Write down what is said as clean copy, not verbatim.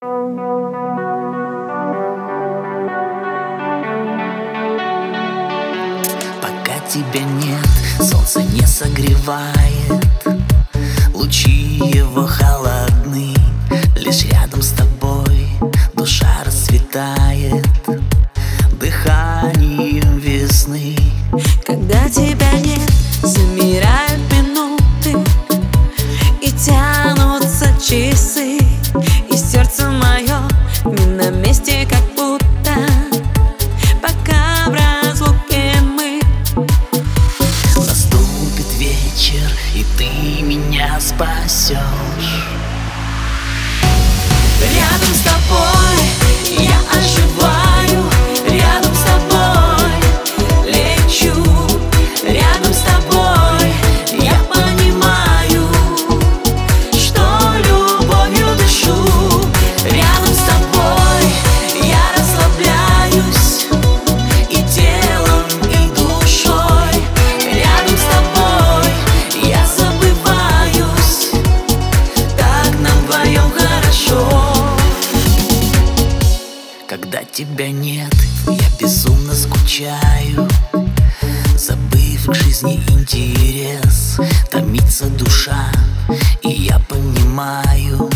Пока тебя нет, солнце не согревает, лучи его холодны. Лишь рядом с тобой душа расцветает дыханием весны. Когда тебя нет, замирают минуты и тянутся часы, и сердце мое не на месте, как будто пока в разлуке мы. Наступит вечер, и ты меня спасешь. Рядом с тобой я оживаю, рядом с тобой лечу, рядом с тобой я понимаю, что любовью дышу. Рядом с тобой я расслабляюсь и телом, и душой. Рядом с тобой я забываюсь, так нам вдвоем хорошо. Когда тебя нет, я безумно скучаю, забыв к жизни интерес. Томится душа, и я понимаю,